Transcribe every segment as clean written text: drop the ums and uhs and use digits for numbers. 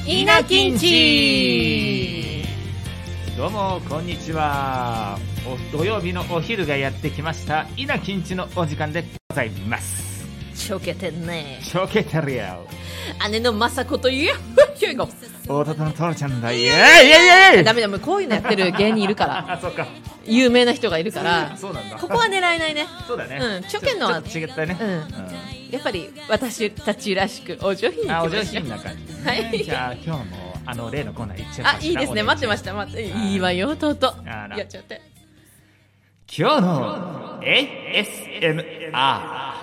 稲きんち。 どうもこんにちは。土曜日のお昼がやってきました。稲きんちのお時間でございます。 ちょけてんね。 ちょけてるよ。 姉の雅子という弟のトロちゃんだ。イエーイイエイ。 ダメこういうのやってる芸人いるからあ、そうか。 有名な人がいるからそうなんだ。 ここは狙えないね。 そうだね。 うん、ちょけんのはちょっと違ったね。 やっぱり私たちらしくお上品にいきましょう。 お上品な感じ、ね。はい。じゃあ今日も例のコーナー行っちゃいました。 いいですね。待ってました。いいわよ弟。やっちゃって。 今日の ASMR。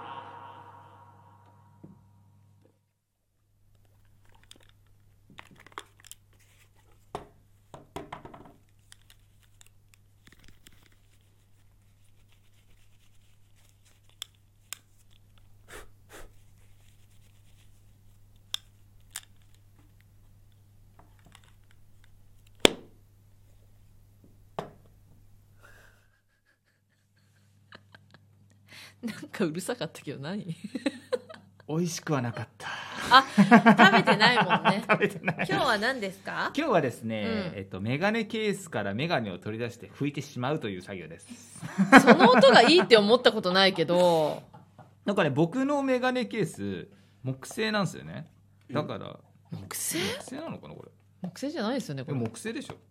なんかうるさかったけど何美味しくはなかった。 食べてないもんね。 食べてない。 今日は何ですか？ 今日はですね、メガネケースからメガネを取り出して拭いてしまうという作業です。 その音がいいって思ったことないけど、 なんかね、僕のメガネケース木製なんですよね。だから木製なのかなこれ。 木製じゃないですよねこれ。 木製でしょ。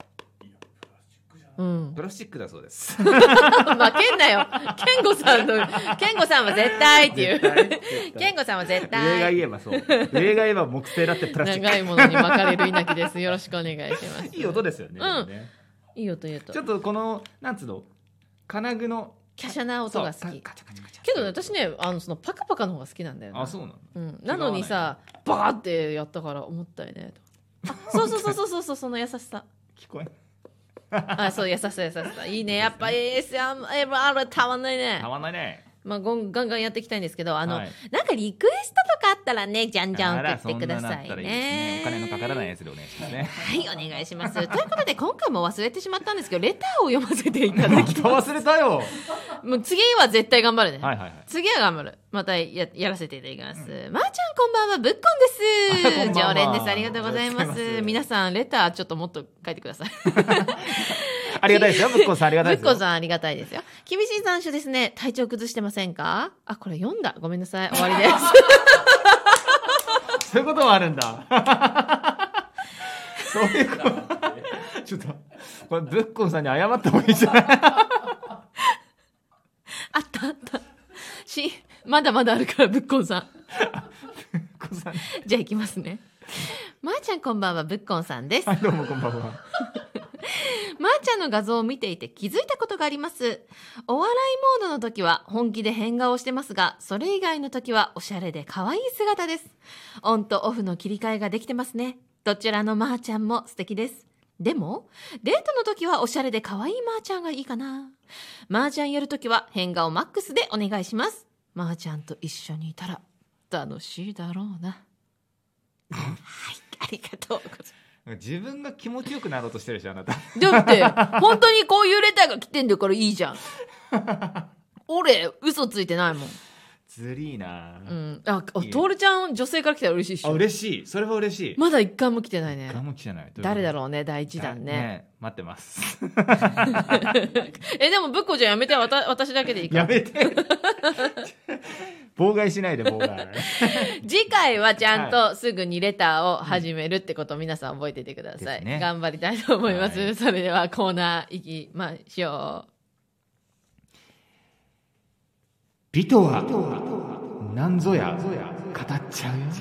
プラスチックだそうです。 負けんなよ。健吾さんは絶対っていう。健吾さんは絶対。 上が言えばそう。上が言えば木製だってプラスチック。 長いものに巻かれる稲木です。よろしくお願いします。 いい音ですよね。 いい音言うと。 ちょっとこのなんつうの金具の華奢な音が好き。けど私ね、そのパカパカの方が好きなんだよね。 そうなの。 なのにさ、バーってやったから思ったよね。そうその優しさ。 聞こえ。 そう優しさいいね。やっぱ ASMR たまんないね。 たまんないね。 ガンガンやっていきたいんですけど、なんかリクエストとかあったらね、じゃんじゃん送ってくださいね。 お金のかからないやつでお願いしますね。 はい、お願いします。ということで今回も忘れてしまったんですけど、レターを読ませていただきます。 忘れたよ。 もう次は絶対頑張るね。 はい。 次は頑張る。またやらせていただきます。まーちゃんこんばんは、ぶっこんです。常連です。ありがとうございます。皆さんレターちょっともっと書いてください。 ありがたいですよ。ぶっこんさんありがたいですよ。 ぶっこんさんありがたいですよ。厳しい残暑ですね。体調崩してませんか？これ読んだ。ごめんなさい。終わりです。 そういうこともあるんだ。そういうこと。ちょっとこれぶっこんさんに謝った方がいいじゃない。 あったまだまだあるからぶっこんさん。じゃあ行きますね。まーちゃんこんばんは、ぶっこんさんです。 はい、どうもこんばんは。 まーちゃんの画像を見ていて気づいたことがあります。お笑いモードの時は本気で変顔をしてますが、それ以外の時はおしゃれで可愛い姿です。オンとオフの切り替えができてますね。どちらのまーちゃんも素敵です。でもデートの時はおしゃれで可愛いまーちゃんがいいかな。まーちゃんやる時は変顔マックスでお願いします。まーちゃんと一緒にいたら楽しいだろうな。はい、ありがとうございます。 自分が気持ちよくなろうとしてるでしょ、あなた。 だって本当にこういうレターが来てんだからいいじゃん。俺嘘ついてないもん。 ずりーな。 トールちゃん女性から来たら嬉しいっしょ。 嬉しい。それは嬉しい。 まだ一回も来てないね。 一回も来てない。 誰だろうね、第一弾ね。 待ってます。 でもぶっこちゃんやめて。私だけでいいからやめて。妨害しないで、妨害。 次回はちゃんとすぐにレターを始めるってことを皆さん覚えていてください。頑張りたいと思います。それではコーナー行きましょう。 美とは何ぞや語っちゃうよ。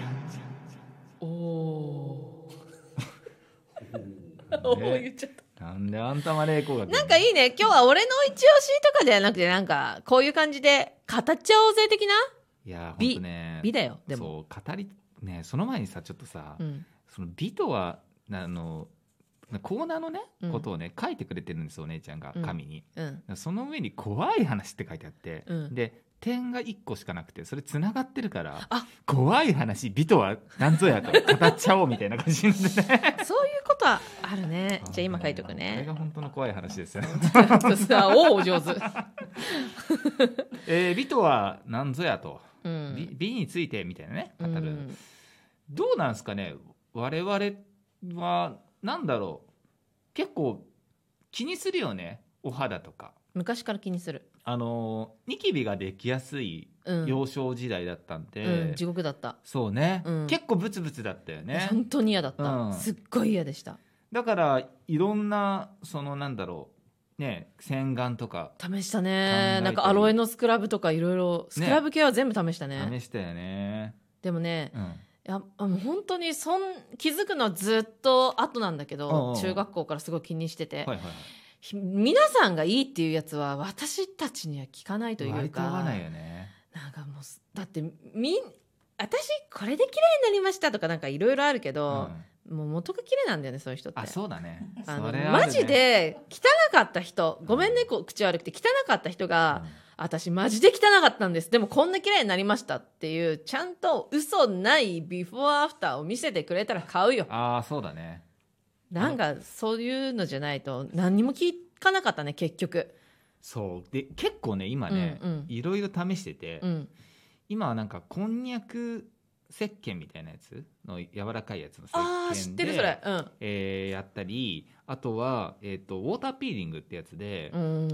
言っちゃった。 なんであんたまでこうなんかいいね。今日は俺の一押しとかではなくて、なんかこういう感じで語っちゃおうぜ的な。 いやほんとね、 美だよ。でもそう語りね、その前にさ、ちょっとさ、その美とはコーナーのね、ことをね書いてくれてるんですよ、お姉ちゃんが紙に。その上に怖い話って書いてあって、で点が1個しかなくて、それつながってるから、怖い話、美とは何ぞやと語っちゃおうみたいな感じでね。 そういうことはあるね。じゃあ今書いとくね。 これが本当の怖い話ですよね。 お上手。 美とは何ぞやと、美についてみたいなね語る。どうなんですかね。 我々はなんだろう、結構気にするよね、お肌とか。 昔から気にする。 ニキビができやすい幼少時代だったんで、 地獄だった。 そうね、結構ブツブツだったよね。 本当に嫌だった、すっごい嫌でした。 だからいろんなそのなんだろうね、洗顔とか試したね。なんかアロエのスクラブとかいろいろスクラブ系は全部試したね。 試したよね。 でもね、いや本当に気づくのはずっと後なんだけど、中学校からすごい気にしてて、皆さんがいいっていうやつは私たちには聞かないというか、 割と合わないよね。 なんかもうだって私これで綺麗になりましたとかなんかいろいろあるけど、もう元が綺麗なんだよね、そういう人って。 そうだね。 マジで汚かった人、ごめんね、口悪くて汚かった人が、私マジで汚かったんです、でもこんな綺麗になりましたっていう、ちゃんと嘘ないビフォーアフターを見せてくれたら買うよ。 そうだね。 なんかそういうのじゃないと何にも聞かなかったね、結局。 そうで、結構ね今ね、いろいろ試してて、今はなんかこんにゃく石鹸みたいなやつの柔らかいやつの石鹸で、 知ってるそれ、 やったり、あとは、ウォーターピーリングってやつで、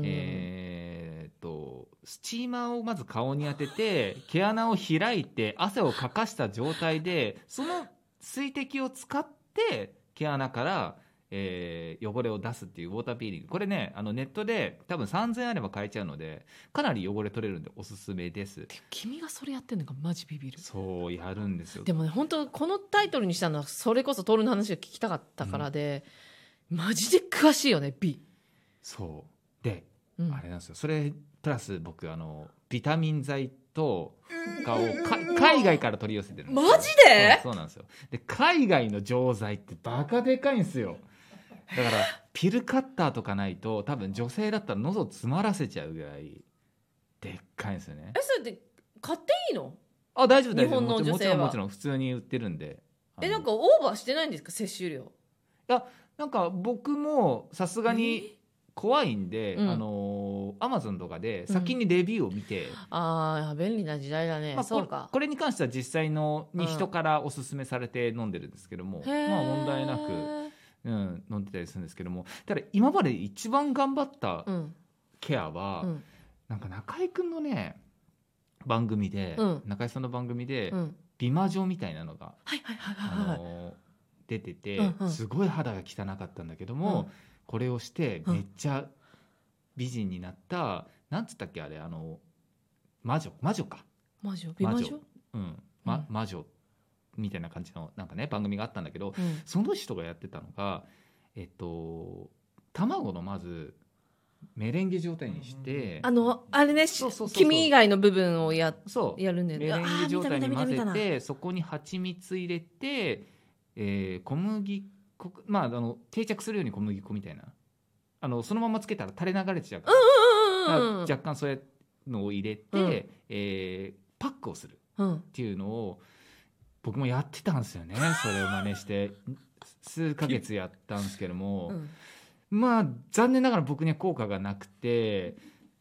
スチーマーをまず顔に当てて毛穴を開いて汗をかかした状態でその水滴を使って毛穴から汚れを出すっていうウォーターピーリング、これねネットで多分3000円あれば買えちゃうのでかなり汚れ取れるんでおすすめです。 君がそれやってんのがマジビビる。 そうやるんですよ。 でもね本当このタイトルにしたのはそれこそトールの話が聞きたかったからで、マジで詳しいよね、美。 そうで、あれなんですよ、それプラス僕ビタミン剤とかを海外から取り寄せてるんですよ。 マジで？ そうなんですよ。で海外の錠剤ってバカでかいんですよ。だからピルカッターとかないと多分女性だったら喉詰まらせちゃうぐらいでっかいんですよね。 それって買っていいの？ 大丈夫大丈夫。 日本の女性はもちろん普通に売ってるんで。 なんかオーバーしてないんですか、摂取量？ いやなんか僕もさすがに怖いんで、Amazon とかで先にレビューを見て、 便利な時代だね。そうか。 これに関しては実際に人からおすすめされて飲んでるんですけども、問題なく、飲んでたりするんですけども、ただ今まで一番頑張ったケアは、なんか中居君のね番組で、中居さんの番組で、美魔女みたいなのが出てて、すごい肌が汚かったんだけども、これをしてめっちゃ美人になった、なんつったっけあれ、魔女か魔女美魔女、 魔女みたいな感じのなんかね番組があったんだけど、その人がやってたのが卵のまずメレンゲ状態にして、 あれね、黄身以外の部分をやるんだよね。 メレンゲ状態に混ぜて、そこに蜂蜜入れて、小麦粉、定着するように小麦粉みたいな、そのままつけたら垂れ流れちゃうから、若干そういうのを入れて、パックをするっていうのを僕もやってたんですよね。それを真似して数ヶ月やったんですけども、残念ながら僕には効果がなくて、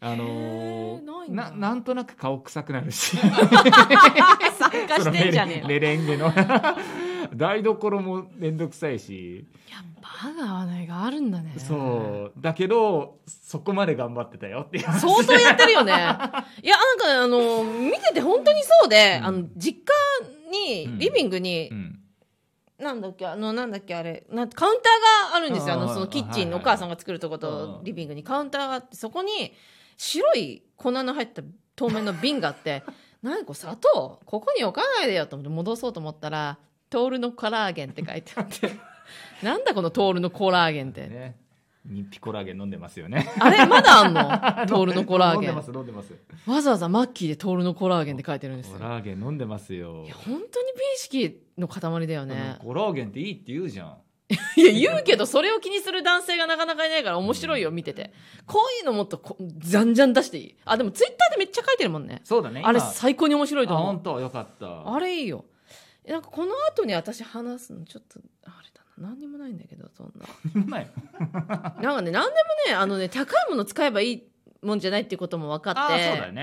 なんとなく顔臭くなるし参加してんじゃねえよメレンゲの台所もめんどくさいし、 やっぱ歯が合わないがあるんだね。 そうだけどそこまで頑張ってたよっていう相当やってるよね。いやなんか見てて本当にそうで、実家にリビングに、なんだっけあれカウンターがあるんですよ。そのキッチンのお母さんが作るとことリビングにカウンターがあって、そこに白い粉の入った透明の瓶があって何これ砂糖ここに置かないでよと思って戻そうと思ったら、トールのコラーゲンって書いてあってなんだこのトールのコラーゲンって、 ね、ニッピコラーゲン飲んでますよね。 あれまだあんのトールのコラーゲン。 飲んでますわざわざマッキーでトールのコラーゲンって書いてるんですよ。 コラーゲン飲んでますよ。 いや本当に美意識の塊だよね。 コラーゲンっていいって言うじゃん。 いや言うけどそれを気にする男性がなかなかいないから面白いよ、見てて。こういうのもっとじゃんじゃん出していい。でもツイッターでめっちゃ書いてるもんね。 そうだね。 あれ最高に面白いと思う。 本当よかった。 あれいいよ。なんかこの後に私話すのちょっとあれだな、何にもないんだけど、そんな何にもないなんかね、何でもね高いもの使えばいいもんじゃないっていうことも分かって、 そうだね。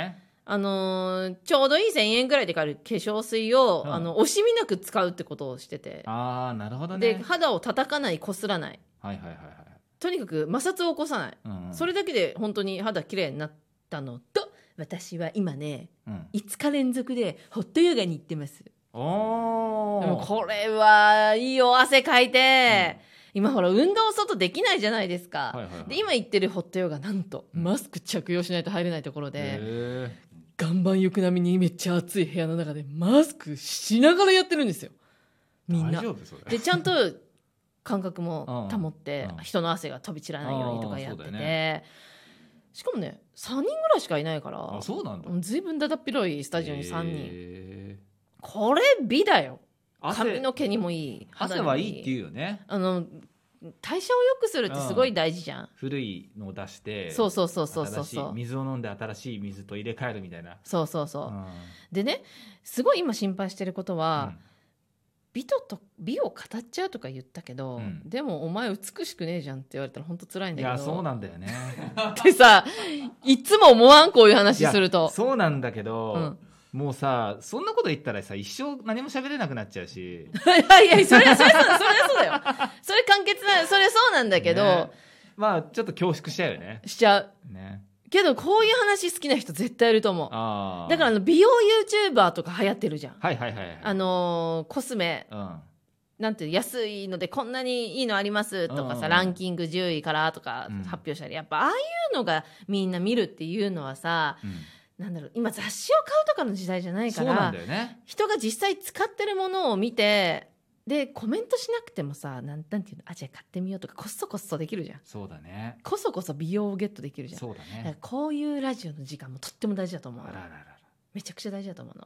ちょうどいい1000円ぐらいで買える化粧水を、惜しみなく使うってことをしてて。 ああ、なるほどね。 で、肌を叩かない、こすらない。 はいはいはいはい。 とにかく摩擦を起こさない。それだけで本当に肌綺麗になったのと、私は今ね、5日連続でホットヨガに行ってます。 おー。 でもこれはいいよ、汗かいて。今ほら運動外できないじゃないですか、で今行ってるホットヨガなんと、マスク着用しないと入れないところで、岩盤浴並みにめっちゃ暑い部屋の中でマスクしながらやってるんですよ、みんな。 大丈夫それでちゃんと感覚も保って、人の汗が飛び散らないようにとかやってて、ね、しかもね3人ぐらいしかいないから。 あ、そうなんだ。 ずいぶんだだっ広いスタジオに3人、これ美だよ。髪の毛にもいい、 汗はいいっていうよね。 代謝を良くするってすごい大事じゃん。 古いのを出して、 そう水を飲んで新しい水と入れ替えるみたいな。 そう、でね、すごい今心配してることは、美を語っちゃうとか言ったけど、でもお前美しくねえじゃんって言われたら本当辛いんだけど。 いやそうなんだよねってさ、いつも思わん、こういう話すると。 そうなんだけど、もうさ、そんなこと言ったらさ、一生何も喋れなくなっちゃうし。 いや、それはそうだよ。それ簡潔な、それそうなんだけど、ね、 まあちょっと恐縮しちゃうよね。 しちゃう。 ね。 けどこういう話好きな人絶対いると思う。だから美容 YouTuber とか流行ってるじゃん。 はい。 コスメ。なんて安いのでこんなにいいのありますとかさ、ランキング10位からとか発表したり、やっぱああいうのがみんな見るっていうのはさ、なんだろう、今雑誌を買うとかの時代じゃないから、 そうなんだよね、 人が実際使ってるものを見て、でコメントしなくてもさ、なんていうの、じゃあ買ってみようとかこそできるじゃん。 そうだね。 こそ美容をゲットできるじゃん。 そうだね。 だからこういうラジオの時間もとっても大事だと思う。めちゃくちゃ大事だと思うの。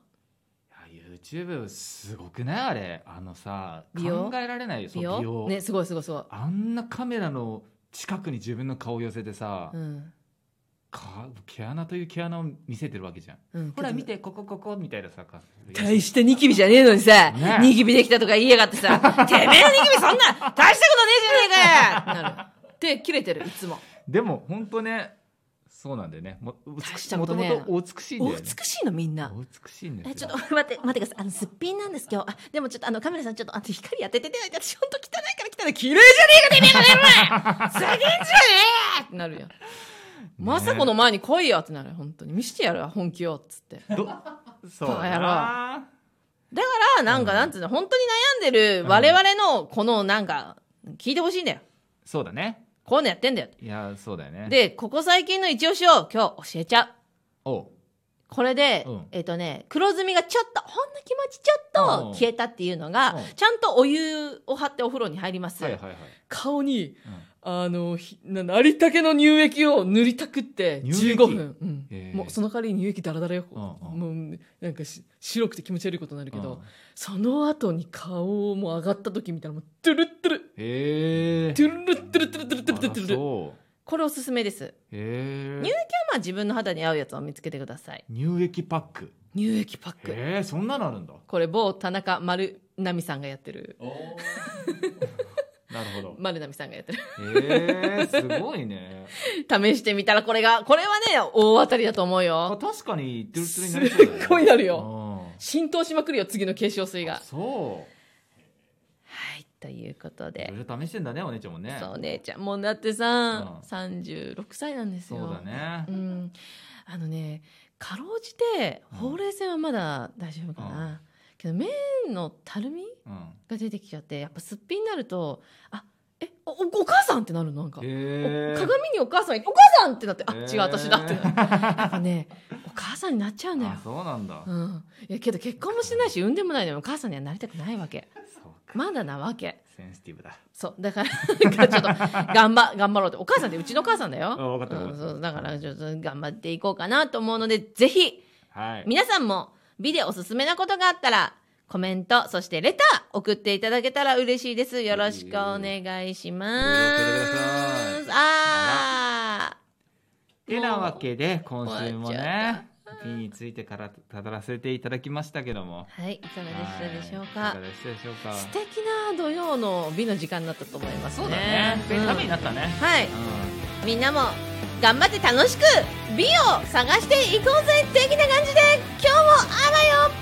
YouTube すごくないあれ。さ、考えられないよ。美容ね、すごい。 あんなカメラの近くに自分の顔を寄せてさ、毛穴という毛穴を見せてるわけじゃん、ほら見てここみたいなさ、 大してニキビじゃねえのにさ、ニキビできたとか言いやがってさてめえのニキビそんな大したことねえじゃねえかよなるって切れてる、いつも。 でも本当ね、そうなんだよね。もともとお美しいんだよね。 お美しいのみんな。 お美しいんですよ。 ちょっと待ってください。すっぴんなんです今日。でもちょっとカメラさんちょっと光当ててないで、私ほんと汚いから綺麗じゃねえかてめえがねえ下げんじゃねえってなるよ。まさこの前に来いよってなる。本当に見してやるわ本気よっつって。 そうだやろ。だからなんかなんつうの、本当に悩んでる我々のこのなんか聞いてほしいんだよ。 そうだね。 こういうのやってんだよ。 いやそうだよね。 でここ最近の一押しを今日教えちゃう。これで、黒ずみがちょっとほんの気持ちちょっと消えたっていうのが、ちゃんとお湯を張ってお風呂に入ります。顔に、ありったけの乳液を塗りたくって15分、もうその代わりに乳液ダラダラよ、もうなんか白くて気持ち悪いことになるけど、その後に顔も上がった時見たらもうトゥルットゥルトゥルルットゥルトゥルトゥルトゥルトゥルトゥル、これおすすめです。乳液はまあ自分の肌に合うやつを見つけてください。 乳液パック。 乳液パック。 そんなのあるんだ。 これ某田中丸奈美さんがやってる。 なるほど。 丸奈美さんがやってる。すごいね。 試してみたらこれはね大当たりだと思うよ。 確かにトゥルトゥルになりそうだね。 すっごいなるよ。浸透しまくるよ次の化粧水が。 そう。 はいということで。 いろいろ試してんだねお姉ちゃんもね。 そうお姉ちゃんもだってさ、36歳なんですよ。 そうだね。 かろうじてほうれい線はまだ大丈夫かな。けど目のたるみが出てきちゃって、やっぱすっぴんになるとお母さんってなるの。なんか鏡にお母さんお母さんってなって、違う私だってなってやっぱねお母さんになっちゃうんだよ。 そうなんだ。 いやけど結婚もしてないし産んでもないのにお母さんにはなりたくないわけ。まだなわけ。 センシティブだ。 そうだからちょっと頑張ろうって。お母さんってうちのお母さんだよ。 分かっただからちょっと頑張っていこうかなと思うので、ぜひ、皆さんも美でおすすめなことがあったらコメント、そしてレター送っていただけたら嬉しいです。よろしくお願いします。 てなわけで今週もね美についてから語らせていただきましたけども、 いかがでしたでしょうか。素敵な土曜の美の時間になったと思いますね。 そうだね。ためになったね。 みんなも頑張って楽しく美を探していこうぜ的な感じで今日もあらよ